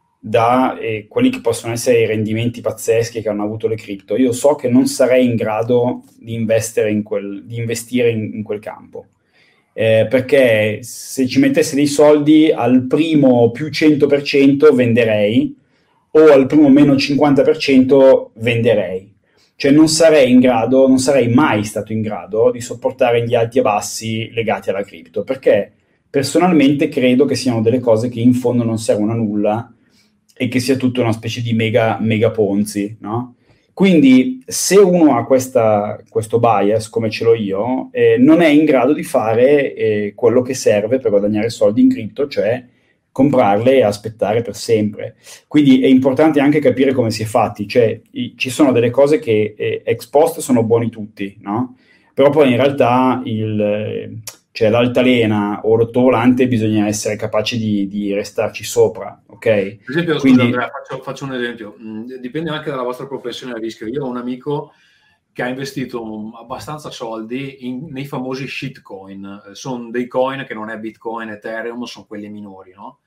[SPEAKER 2] da eh, quelli che possono essere i rendimenti pazzeschi che hanno avuto le cripto, io so che non sarei in grado di investire in quel, di investire in, in quel campo, eh, perché se ci mettessi dei soldi al primo più cento per cento venderei, o al primo meno cinquanta per cento venderei. Cioè non sarei in grado, non sarei mai stato in grado di sopportare gli alti e bassi legati alla cripto, perché personalmente credo che siano delle cose che in fondo non servono a nulla e che sia tutta una specie di mega, mega ponzi, no? Quindi se uno ha questa, questo bias, come ce l'ho io, eh, non è in grado di fare eh, quello che serve per guadagnare soldi in cripto, cioè comprarle e aspettare per sempre. Quindi è importante anche capire come si è fatti, cioè i, ci sono delle cose che eh, ex post sono buoni tutti, no? Però poi in realtà il, cioè l'altalena o l'ottovolante bisogna essere capaci di, di restarci sopra, ok?
[SPEAKER 3] Per esempio,
[SPEAKER 2] Quindi...
[SPEAKER 3] scusa Andrea, faccio, faccio un esempio, dipende anche dalla vostra propensione al rischio. Io ho un amico che ha investito abbastanza soldi in, nei famosi shitcoin, sono dei coin che non è Bitcoin, Ethereum, sono quelli minori, no?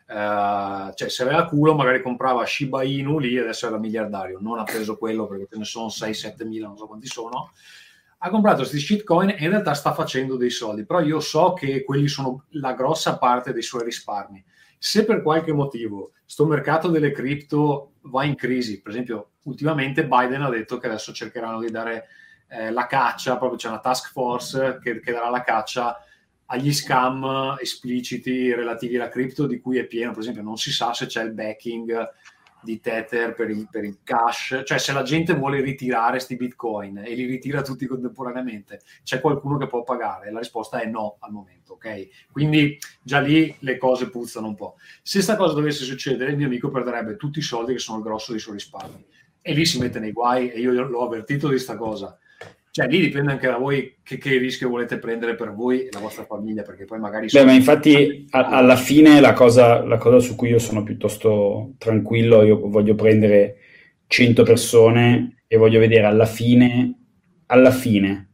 [SPEAKER 3] Uh, cioè se aveva culo magari comprava Shiba Inu lì, adesso era miliardario, non ha preso quello perché ce ne sono sei sette mila, non so quanti sono, ha comprato questi shitcoin e in realtà sta facendo dei soldi, però io so che quelli sono la grossa parte dei suoi risparmi. Se per qualche motivo sto mercato delle cripto va in crisi, per esempio ultimamente Biden ha detto che adesso cercheranno di dare eh, la caccia, proprio c'è una task force che, che darà la caccia agli scam espliciti relativi alla cripto di cui è pieno. Per esempio non si sa se c'è il backing di Tether per il, per il cash, cioè se la gente vuole ritirare sti bitcoin e li ritira tutti contemporaneamente, c'è qualcuno che può pagare? La risposta è no al momento, ok? Quindi già lì le cose puzzano un po'. Se sta cosa dovesse succedere, il mio amico perderebbe tutti i soldi che sono il grosso dei suoi risparmi e lì si mette nei guai, e io l'ho avvertito di sta cosa. Cioè lì dipende anche da voi che, che rischio volete prendere per voi e la vostra famiglia, perché poi magari...
[SPEAKER 2] Beh, ma infatti a, alla fine la cosa, la cosa su cui io sono piuttosto tranquillo, io voglio prendere cento persone e voglio vedere alla fine, alla fine,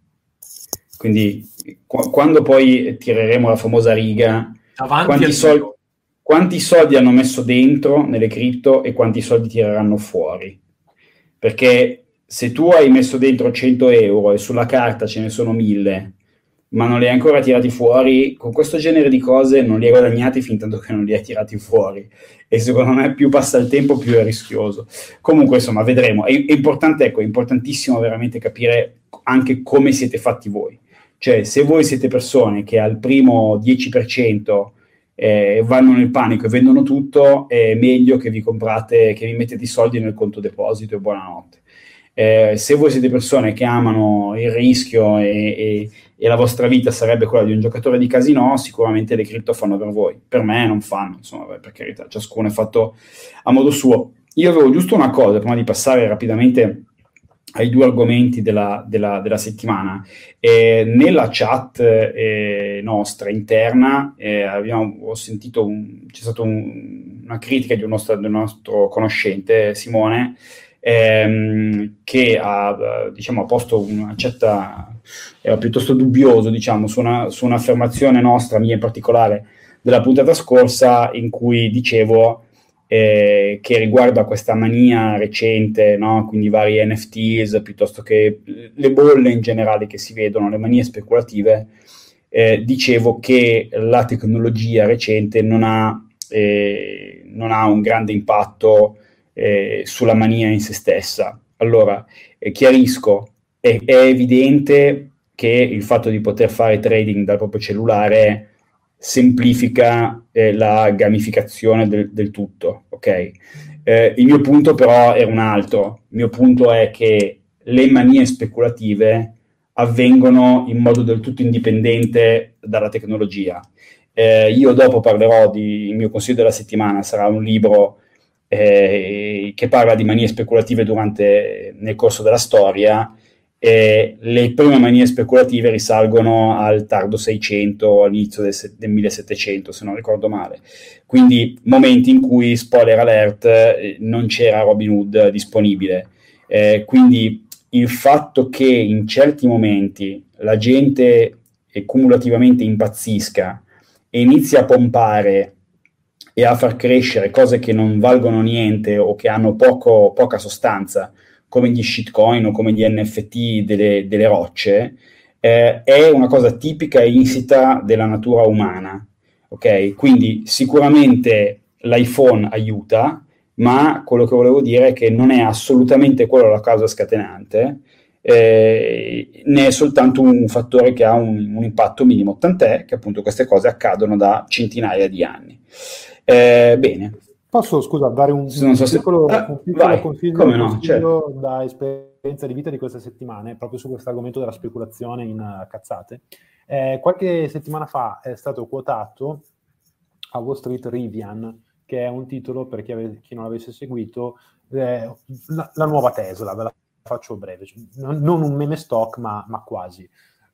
[SPEAKER 2] quindi qu- quando poi tireremo la famosa riga, quanti soldi, quanti soldi hanno messo dentro nelle cripto e quanti soldi tireranno fuori, perché... Se tu hai messo dentro cento euro e sulla carta ce ne sono mille, ma non li hai ancora tirati fuori, con questo genere di cose non li hai guadagnati fin tanto che non li hai tirati fuori. E secondo me più passa il tempo più è rischioso. Comunque, insomma, vedremo. È, è importante, ecco, è importantissimo veramente capire anche come siete fatti voi. Cioè, se voi siete persone che al primo dieci per cento eh, vanno nel panico e vendono tutto, è meglio che vi comprate, che vi mettete i soldi nel conto deposito e buonanotte. Eh, se voi siete persone che amano il rischio e, e, e la vostra vita sarebbe quella di un giocatore di casino, sicuramente le cripto fanno per voi. Per me non fanno, insomma, per carità, ciascuno è fatto a modo suo. Io avevo giusto una cosa prima di passare rapidamente ai due argomenti della, della, della settimana. Eh, nella chat eh, nostra interna eh, abbiamo, ho sentito un, c'è stata un, una critica di un nostro, di un nostro conoscente, Simone, Ehm, che ha, diciamo, ha posto una certa, era piuttosto dubbioso, diciamo, su, una, su un'affermazione nostra, mia in particolare, della puntata scorsa, in cui dicevo eh, che riguardo a questa mania recente, no? Quindi vari N F Ts, piuttosto che le bolle in generale che si vedono, le manie speculative, eh, dicevo che la tecnologia recente non ha, eh, non ha un grande impatto Eh, sulla mania in se stessa. Allora, eh, chiarisco, è, è evidente che il fatto di poter fare trading dal proprio cellulare semplifica eh, la gamificazione del, del tutto, ok? Eh, il mio punto però era un altro. Il mio punto è che le manie speculative avvengono in modo del tutto indipendente dalla tecnologia. Eh, io dopo parlerò di, il mio consiglio della settimana sarà un libro Eh, che parla di manie speculative durante, nel corso della storia. Eh, le prime manie speculative risalgono al tardo seicento, all'inizio del, del millesettecento, se non ricordo male. Quindi momenti in cui, spoiler alert, eh, non c'era Robinhood disponibile. Eh, quindi il fatto che in certi momenti la gente eh, cumulativamente impazzisca e inizi a pompare e a far crescere cose che non valgono niente o che hanno poco, poca sostanza, come gli shitcoin o come gli N F T delle, delle rocce, eh, è una cosa tipica e insita della natura umana. Ok? Quindi sicuramente l'iPhone aiuta, ma quello che volevo dire è che non è assolutamente quello la causa scatenante, eh, ne è soltanto un fattore che ha un, un impatto minimo, tant'è che appunto queste cose accadono da centinaia di anni. Eh, bene.
[SPEAKER 4] Posso, scusa, dare un,
[SPEAKER 2] un so
[SPEAKER 4] piccolo,
[SPEAKER 2] se... ah,
[SPEAKER 4] un piccolo
[SPEAKER 2] vai,
[SPEAKER 4] consiglio,
[SPEAKER 2] come no,
[SPEAKER 4] consiglio
[SPEAKER 2] certo.
[SPEAKER 4] da esperienza di vita di queste settimane, proprio su questo argomento della speculazione in uh, cazzate. Eh, qualche settimana fa è stato quotato a Wall Street Rivian, che è un titolo, per chi, ave- chi non l'avesse seguito, eh, la, la nuova Tesla, ve la faccio breve, cioè, non, non un meme stock, ma, ma quasi.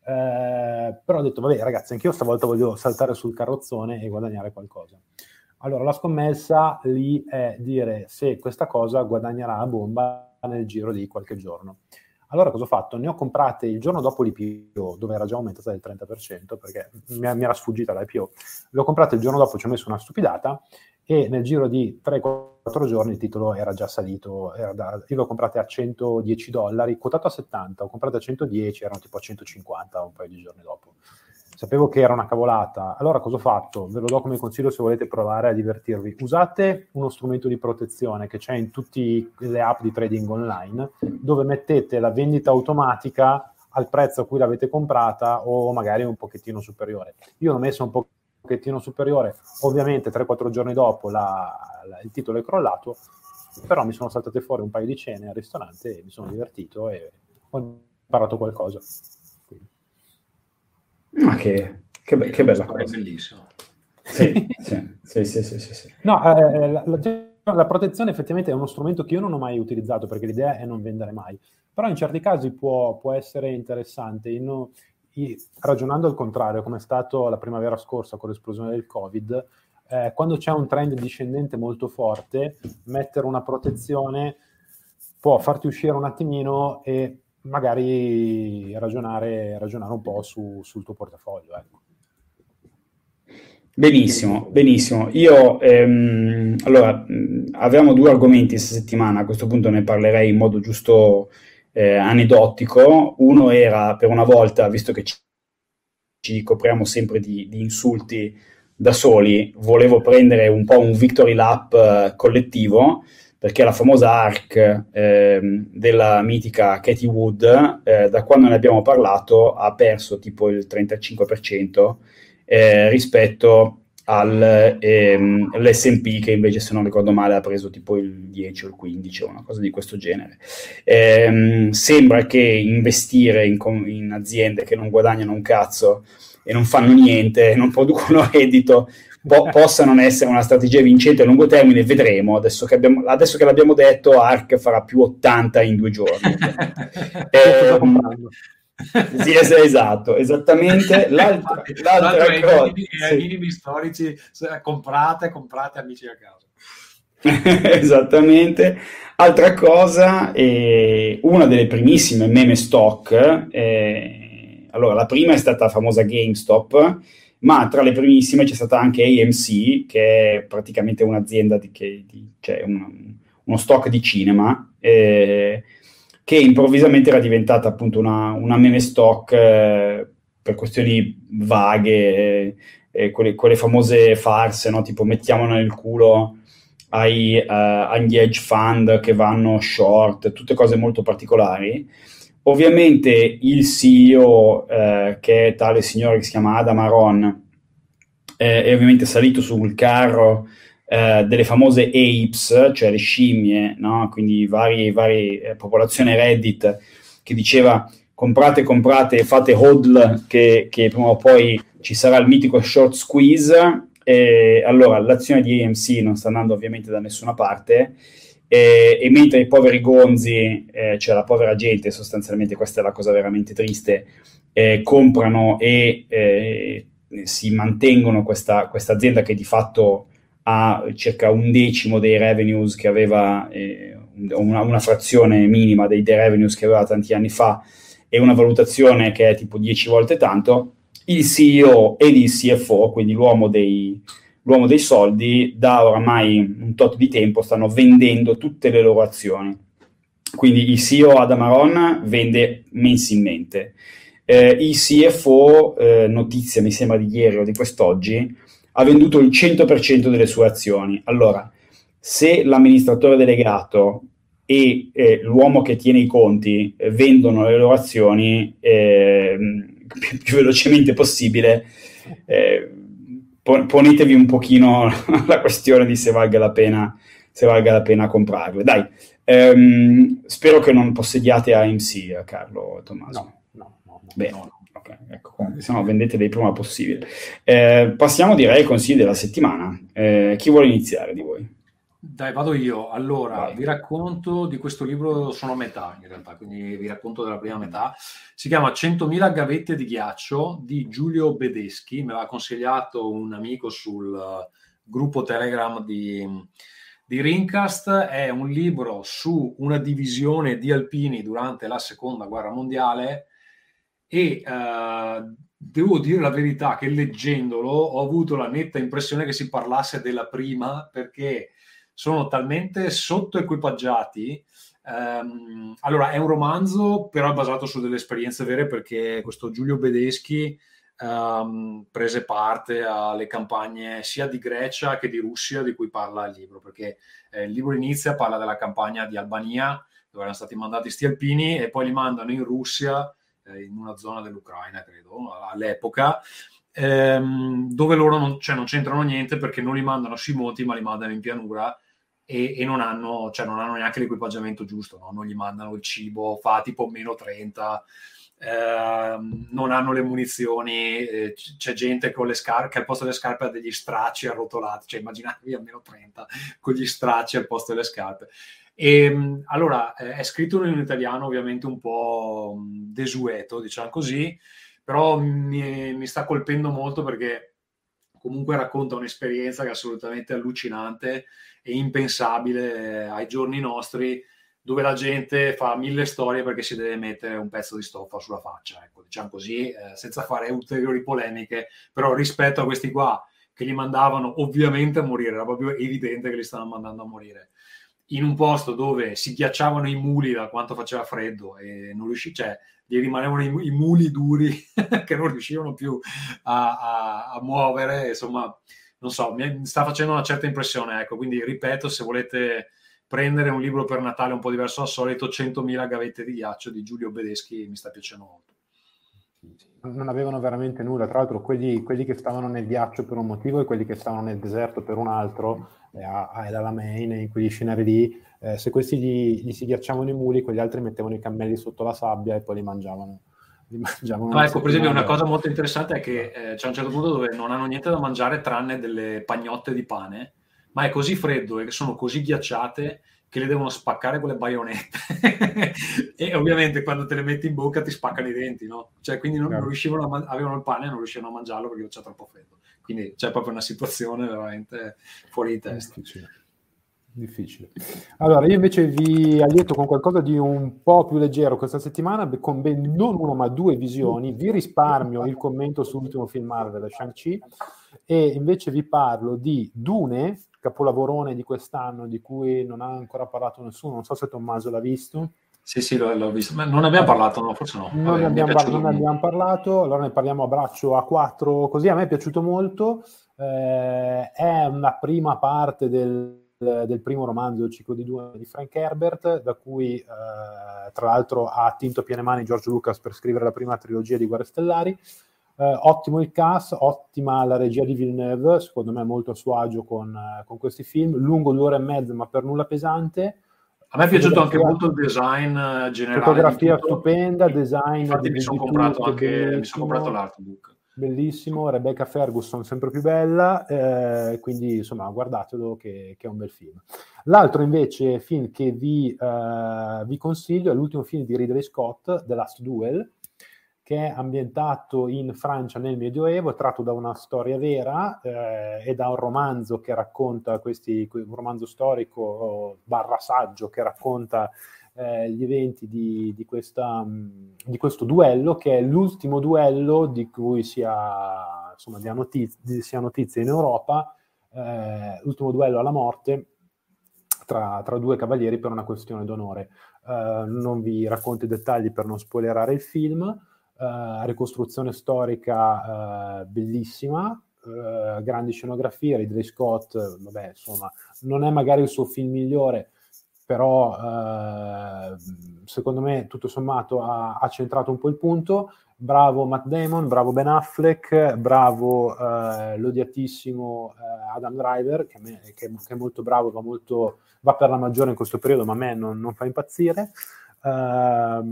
[SPEAKER 4] Eh, però ho detto, vabbè ragazzi, anch'io stavolta voglio saltare sul carrozzone e guadagnare qualcosa. Allora, la scommessa lì è dire se questa cosa guadagnerà a bomba nel giro di qualche giorno. Allora, cosa ho fatto? Ne ho comprate il giorno dopo l'I P O, dove era già aumentata del trenta per cento, perché mi, mi era sfuggita l'I P O. Le ho comprate il giorno dopo, ci ho messo una stupidata, e nel giro di tre quattro giorni il titolo era già salito, era da, io l'ho comprato a centodieci dollari, quotato a settanta, ho comprato a centodieci, erano tipo a centocinquanta un paio di giorni dopo. Sapevo che era una cavolata, allora cosa ho fatto? Ve lo do come consiglio se volete provare a divertirvi. Usate uno strumento di protezione che c'è in tutte le app di trading online, dove mettete la vendita automatica al prezzo a cui l'avete comprata o magari un pochettino superiore. Io l'ho messo un pochettino superiore, ovviamente tre quattro giorni dopo la, la, il titolo è crollato, però mi sono saltate fuori un paio di cene al ristorante e mi sono divertito e ho imparato qualcosa.
[SPEAKER 2] Ma che, che, be- che bella cosa.
[SPEAKER 3] È bellissimo.
[SPEAKER 2] Sì, sì, sì, sì, sì, sì, sì.
[SPEAKER 4] No, eh, la, la, la protezione effettivamente è uno strumento che io non ho mai utilizzato perché l'idea è non vendere mai, però in certi casi può, può essere interessante. In, in, ragionando al contrario, come è stato la primavera scorsa con l'esplosione del Covid, eh, quando c'è un trend discendente molto forte, mettere una protezione può farti uscire un attimino e magari ragionare, ragionare un po' su, sul tuo portafoglio. Ecco.
[SPEAKER 2] Benissimo, benissimo. Io, ehm, allora, mh, avevamo due argomenti questa settimana, a questo punto ne parlerei in modo giusto eh, aneddotico. Uno era, per una volta, visto che ci, ci copriamo sempre di, di insulti da soli, volevo prendere un po' un victory lap eh, collettivo, perché la famosa ARK eh, della mitica Cathie Wood, eh, da quando ne abbiamo parlato, ha perso tipo il trentacinque per cento eh, rispetto all'S and P, che invece, se non ricordo male, ha preso tipo il dieci o il quindici o una cosa di questo genere. Eh, sembra che investire in, in aziende che non guadagnano un cazzo e non fanno niente, non producono reddito, po- possa non essere una strategia vincente a lungo termine. Vedremo. Adesso che, abbiamo, adesso che l'abbiamo detto, ARK farà più ottanta in due giorni. eh, sì, es- esatto, esattamente. L'altra, l'altra
[SPEAKER 3] ai
[SPEAKER 2] cosa,
[SPEAKER 3] minimi,
[SPEAKER 2] sì.
[SPEAKER 3] ai minimi storici, comprate, comprate amici a casa.
[SPEAKER 2] Esattamente. Altra cosa, eh, una delle primissime meme stock, eh, allora la prima è stata la famosa GameStop, ma tra le primissime c'è stata anche A M C, che è praticamente un'azienda di, che, di, cioè un, uno stock di cinema, eh, che improvvisamente era diventata appunto una, una meme stock eh, per questioni vaghe, eh, eh, quelle, quelle famose farse, no? Tipo mettiamo nel culo ai, uh, agli hedge fund che vanno short, tutte cose molto particolari. Ovviamente il C E O, eh, che è tale signore che si chiama Adam Aron, eh, è ovviamente salito sul carro eh, delle famose apes, cioè le scimmie, no? Quindi vari, vari eh, popolazione Reddit, che diceva comprate, comprate, fate hodl, che, che prima o poi ci sarà il mitico short squeeze. E allora l'azione di A M C non sta andando ovviamente da nessuna parte, e, e mentre i poveri gonzi, eh, cioè la povera gente, sostanzialmente questa è la cosa veramente triste, eh, comprano e eh, si mantengono questa, questa azienda che di fatto ha circa un decimo dei revenues che aveva, eh, una, una frazione minima dei, dei revenues che aveva tanti anni fa, e una valutazione che è tipo dieci volte tanto. Il C E O ed il C F O, quindi l'uomo dei, l'uomo dei soldi, da oramai un tot di tempo stanno vendendo tutte le loro azioni. Quindi il C E O Adam Aron vende mensilmente. Eh, il C F O, eh, notizia mi sembra di ieri o di quest'oggi, ha venduto il cento per cento delle sue azioni. Allora, se l'amministratore delegato e eh, l'uomo che tiene i conti eh, vendono le loro azioni eh, più, più velocemente possibile, eh, ponetevi un pochino la questione di se valga la pena, se valga la pena comprarle. Dai, ehm, spero che non possediate A M C, Carlo, Tommaso.
[SPEAKER 4] No, no, no. no
[SPEAKER 2] Bene.
[SPEAKER 4] no.
[SPEAKER 2] Okay, ecco, se no vendeteli il prima possibile. Eh, passiamo direi ai consigli della settimana. Eh, chi vuole iniziare di voi?
[SPEAKER 3] Dai, vado io. Allora,
[SPEAKER 2] Vai.
[SPEAKER 3] Vi racconto di questo libro, sono a metà in realtà, quindi vi racconto della prima metà. Si chiama centomila gavette di ghiaccio di Giulio Bedeschi, me l'ha consigliato un amico sul gruppo Telegram di, di Rincast. È un libro su una divisione di alpini durante la seconda guerra mondiale e uh, devo dire la verità che leggendolo ho avuto la netta impressione che si parlasse della prima, perché sono talmente sottoequipaggiati. Um, allora, è un romanzo però basato su delle esperienze vere, perché questo Giulio Bedeschi um, prese parte alle campagne sia di Grecia che di Russia di cui parla il libro, perché eh, il libro inizia, parla della campagna di Albania, dove erano stati mandati sti alpini e poi li mandano in Russia, eh, in una zona dell'Ucraina, credo, all'epoca, ehm, dove loro non, cioè, non c'entrano niente, perché non li mandano sui monti, ma li mandano in pianura, e, e non hanno, cioè, non hanno neanche l'equipaggiamento giusto, no? Non gli mandano il cibo, fa tipo meno trenta, ehm, non hanno le munizioni, eh, c'è gente con le scarpe che al posto delle scarpe ha degli stracci arrotolati, cioè immaginatevi a meno trenta con gli stracci al posto delle scarpe. E allora eh, è scritto in un italiano ovviamente un po' desueto, diciamo così, però mi, mi sta colpendo molto, perché comunque racconta un'esperienza che è assolutamente allucinante e impensabile ai giorni nostri, dove la gente fa mille storie perché si deve mettere un pezzo di stoffa sulla faccia, ecco, diciamo così, eh, senza fare ulteriori polemiche, però rispetto a questi qua che li mandavano ovviamente a morire, era proprio evidente che li stavano mandando a morire, in un posto dove si ghiacciavano i muli da quanto faceva freddo e non riusci- cioè, gli rimanevano i, i muli duri che non riuscivano più a, a, a muovere, insomma, non so, mi sta facendo una certa impressione, ecco, quindi ripeto, se volete prendere un libro per Natale un po' diverso dal solito, centomila gavette di ghiaccio di Giulio Bedeschi mi sta piacendo molto.
[SPEAKER 4] Non avevano veramente nulla, tra l'altro quelli, quelli che stavano nel ghiaccio per un motivo e quelli che stavano nel deserto per un altro, eh, a El Alamein, in quegli scenari lì, eh, se questi gli, gli si ghiacciavano i muli, quegli altri mettevano i cammelli sotto la sabbia e poi li mangiavano. Li mangiavano
[SPEAKER 3] no, ecco, per esempio una cosa molto interessante è che eh, c'è un certo punto dove non hanno niente da mangiare tranne delle pagnotte di pane, ma è così freddo e sono così ghiacciate che le devono spaccare con le baionette e ovviamente quando te le metti in bocca ti spaccano i denti, no? Cioè, quindi non, non riuscivano a man- avevano il pane e non riuscivano a mangiarlo perché c'è troppo freddo, quindi c'è proprio una situazione veramente fuori di testa.
[SPEAKER 4] Difficile. Difficile. Allora, io invece vi allieto con qualcosa di un po' più leggero questa settimana, con ben non uno ma due visioni. Vi risparmio il commento sull'ultimo film Marvel, Shang-Chi, e invece vi parlo di Dune, capolavorone di quest'anno di cui non ha ancora parlato nessuno. Non so se Tommaso l'ha visto.
[SPEAKER 3] Sì, sì, l'ho, l'ho visto, ma non ne abbiamo parlato, no? Forse no.
[SPEAKER 4] Non,
[SPEAKER 3] Vabbè,
[SPEAKER 4] ne abbiamo,
[SPEAKER 3] par-
[SPEAKER 4] non ne abbiamo parlato, allora ne parliamo a braccio a quattro, così. A me è piaciuto molto, eh, è una prima parte del, del primo romanzo, Il ciclo di Dune di Frank Herbert, da cui eh, tra l'altro ha attinto a piene mani George Lucas per scrivere la prima trilogia di Guerre Stellari. Eh, ottimo il cast, ottima la regia di Villeneuve, secondo me molto a suo agio con, con questi film, lungo due ore e mezzo ma per nulla pesante.
[SPEAKER 3] A me è piaciuto anche molto il design generale.
[SPEAKER 4] Fotografia stupenda, design.
[SPEAKER 3] Infatti
[SPEAKER 4] di,
[SPEAKER 3] mi sono
[SPEAKER 4] di
[SPEAKER 3] comprato
[SPEAKER 4] tutto,
[SPEAKER 3] anche mi sono comprato l'artbook.
[SPEAKER 4] Bellissimo, Rebecca Ferguson sempre più bella, eh, quindi insomma guardatelo che, che è un bel film. L'altro invece film che vi, eh, vi consiglio è l'ultimo film di Ridley Scott, The Last Duel, che è ambientato in Francia nel Medioevo, tratto da una storia vera eh, e da un romanzo che racconta questi, un romanzo storico barra saggio che racconta eh, gli eventi di, di, questa, di questo duello, che è l'ultimo duello di cui si ha, insomma, di notizie, si ha notizie in Europa, eh, l'ultimo duello alla morte tra, tra due cavalieri per una questione d'onore. Eh, non vi racconto i dettagli per non spoilerare il film. Uh, ricostruzione storica uh, bellissima, uh, grandi scenografie. Ridley Scott, vabbè, insomma, non è magari il suo film migliore, però uh, secondo me tutto sommato ha, ha centrato un po' il punto. Bravo Matt Damon, bravo Ben Affleck, bravo uh, l'odiatissimo uh, Adam Driver, che, me, che, che è molto bravo, va, molto, va per la maggiore in questo periodo, ma a me non, non fa impazzire. Uh,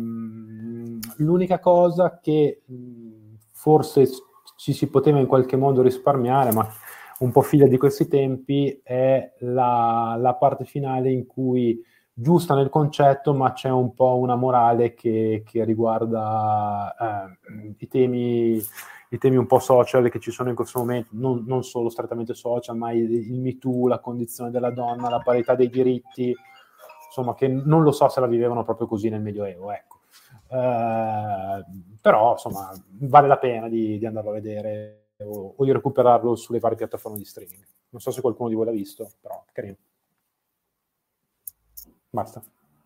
[SPEAKER 4] l'unica cosa che mh, forse ci si poteva in qualche modo risparmiare, ma un po' figlia di questi tempi, è la, la parte finale in cui, giusta nel concetto, ma c'è un po' una morale che, che riguarda uh, i temi i temi un po' social che ci sono in questo momento, non, non solo strettamente social, ma il, il Me Too, la condizione della donna, la parità dei diritti, insomma, che non lo so se la vivevano proprio così nel Medioevo, ecco. eh, però insomma vale la pena di, di andarlo a vedere o, o di recuperarlo sulle varie piattaforme di streaming. Non so se qualcuno di voi l'ha visto, però carino. Basta.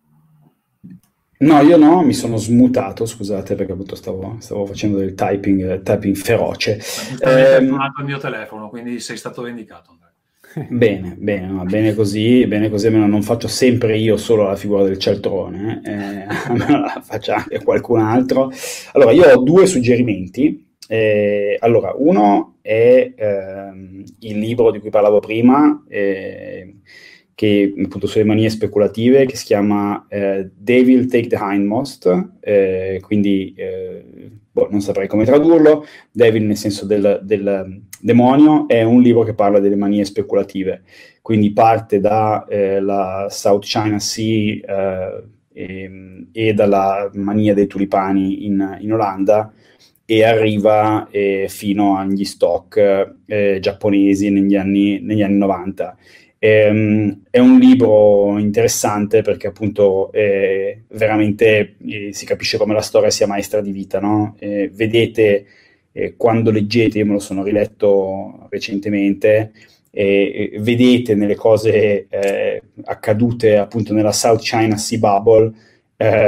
[SPEAKER 2] No, io no, mi sono smutato, scusate, perché appunto stavo, stavo facendo del typing, typing feroce.
[SPEAKER 3] Mi sta
[SPEAKER 2] Ehm,
[SPEAKER 3] suonato il mio telefono, quindi sei stato vendicato, Andrea.
[SPEAKER 2] Bene, bene, no, bene così, bene così, almeno non faccio sempre io solo la figura del cialtrone, eh, almeno la faccia anche qualcun altro. Allora, io ho due suggerimenti. Eh, allora, uno è ehm, il libro di cui parlavo prima, eh, che appunto sulle manie speculative, che si chiama eh, Devil Take the Hindmost, eh, quindi eh, boh, non saprei come tradurlo. Devil nel senso del, del demonio, è un libro che parla delle manie speculative, quindi parte da eh, la South China Sea eh, e, e dalla mania dei tulipani in, in Olanda, e arriva eh, fino agli stock eh, giapponesi negli anni, negli anni novanta. Ehm, è un libro interessante perché appunto eh, veramente eh, si capisce come la storia sia maestra di vita, no? Eh, vedete, eh, quando leggete, io me lo sono riletto recentemente, eh, eh, vedete nelle cose eh, accadute appunto nella South China Sea Bubble eh,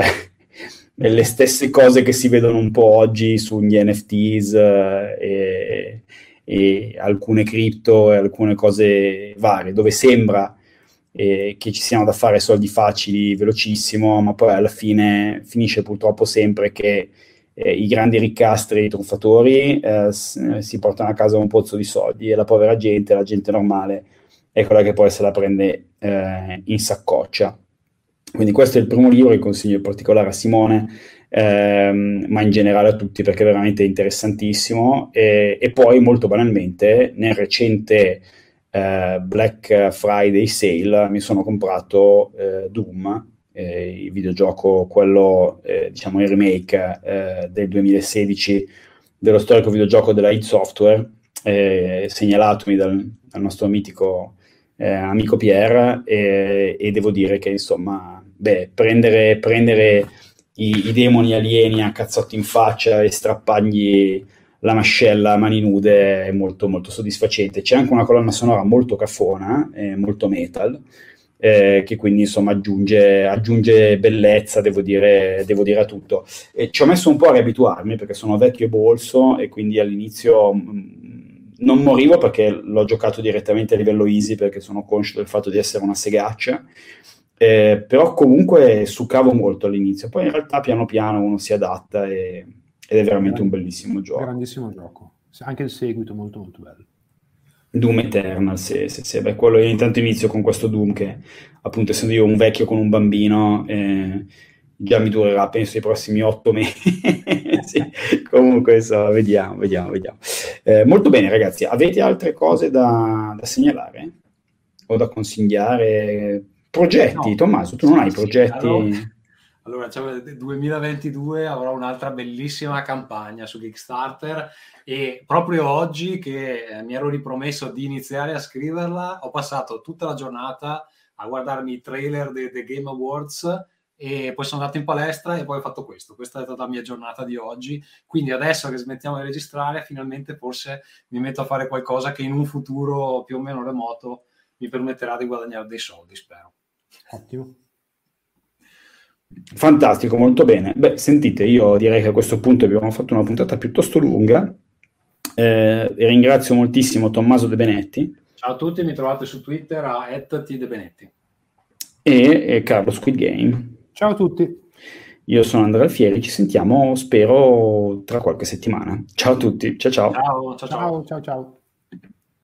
[SPEAKER 2] le stesse cose che si vedono un po' oggi sugli N F Ts eh, e, e alcune cripto e alcune cose varie, dove sembra eh, che ci siano da fare soldi facili velocissimo, ma poi alla fine finisce purtroppo sempre che eh, i grandi riccastri, i truffatori eh, s- si portano a casa un pozzo di soldi, e la povera gente, la gente normale, è quella che poi se la prende eh, in saccoccia. Quindi questo è il primo libro che consiglio in particolare a Simone, ehm, ma in generale a tutti, perché è veramente interessantissimo. E, e poi, molto banalmente, nel recente eh, Black Friday Sale mi sono comprato eh, Doom, eh, il videogioco, quello, eh, diciamo il remake eh, del duemilasedici dello storico videogioco della id Software, eh, segnalatomi dal, dal nostro mitico eh, amico Pierre, e, e devo dire che insomma, beh, prendere, prendere i, i demoni alieni a cazzotti in faccia e strappargli la mascella a mani nude è molto molto soddisfacente. C'è anche una colonna sonora molto cafona, eh, molto metal, eh, che quindi insomma aggiunge, aggiunge bellezza, devo dire, devo dire a tutto. E ci ho messo un po' a riabituarmi perché sono vecchio e bolso, e quindi all'inizio mh, non morivo perché l'ho giocato direttamente a livello easy, perché sono conscio del fatto di essere una segaccia, eh, però comunque succavo molto all'inizio, poi in realtà piano piano uno si adatta e, ed è veramente un bellissimo gioco.
[SPEAKER 4] Grandissimo gioco, anche il seguito molto molto bello.
[SPEAKER 2] Doom Eternal, sì, sì, sì. Beh, quello io intanto inizio con questo Doom che, appunto, essendo io un vecchio con un bambino, eh, già mi durerà, penso, i prossimi otto mesi. Sì. Comunque, so, vediamo, vediamo, vediamo. Eh, molto bene, ragazzi. Avete altre cose da, da segnalare? O da consigliare? Progetti?
[SPEAKER 3] No.
[SPEAKER 2] Tommaso, tu non hai
[SPEAKER 3] Sì,
[SPEAKER 2] progetti?
[SPEAKER 3] allora, allora cioè, nel duemilaventidue avrò un'altra bellissima campagna su Kickstarter, e proprio oggi che eh, mi ero ripromesso di iniziare a scriverla, ho passato tutta la giornata a guardarmi i trailer dei The Game Awards, e poi sono andato in palestra e poi ho fatto questo. Questa è stata la mia giornata di oggi, quindi adesso che smettiamo di registrare finalmente forse mi metto a fare qualcosa che in un futuro più o meno remoto mi permetterà di guadagnare dei soldi, spero.
[SPEAKER 4] Ottimo.
[SPEAKER 2] Fantastico, molto bene. Beh, sentite, io direi che a questo punto abbiamo fatto una puntata piuttosto lunga. Eh, e ringrazio moltissimo Tommaso De Benetti.
[SPEAKER 3] Ciao a tutti, mi trovate su Twitter a at tdebenetti
[SPEAKER 2] e, e Carlo Squid Game.
[SPEAKER 4] Ciao a tutti.
[SPEAKER 2] Io sono Andrea Alfieri, ci sentiamo spero tra qualche settimana. Ciao a tutti, ciao ciao.
[SPEAKER 3] Ciao, ciao, ciao.
[SPEAKER 4] Ciao, ciao, ciao.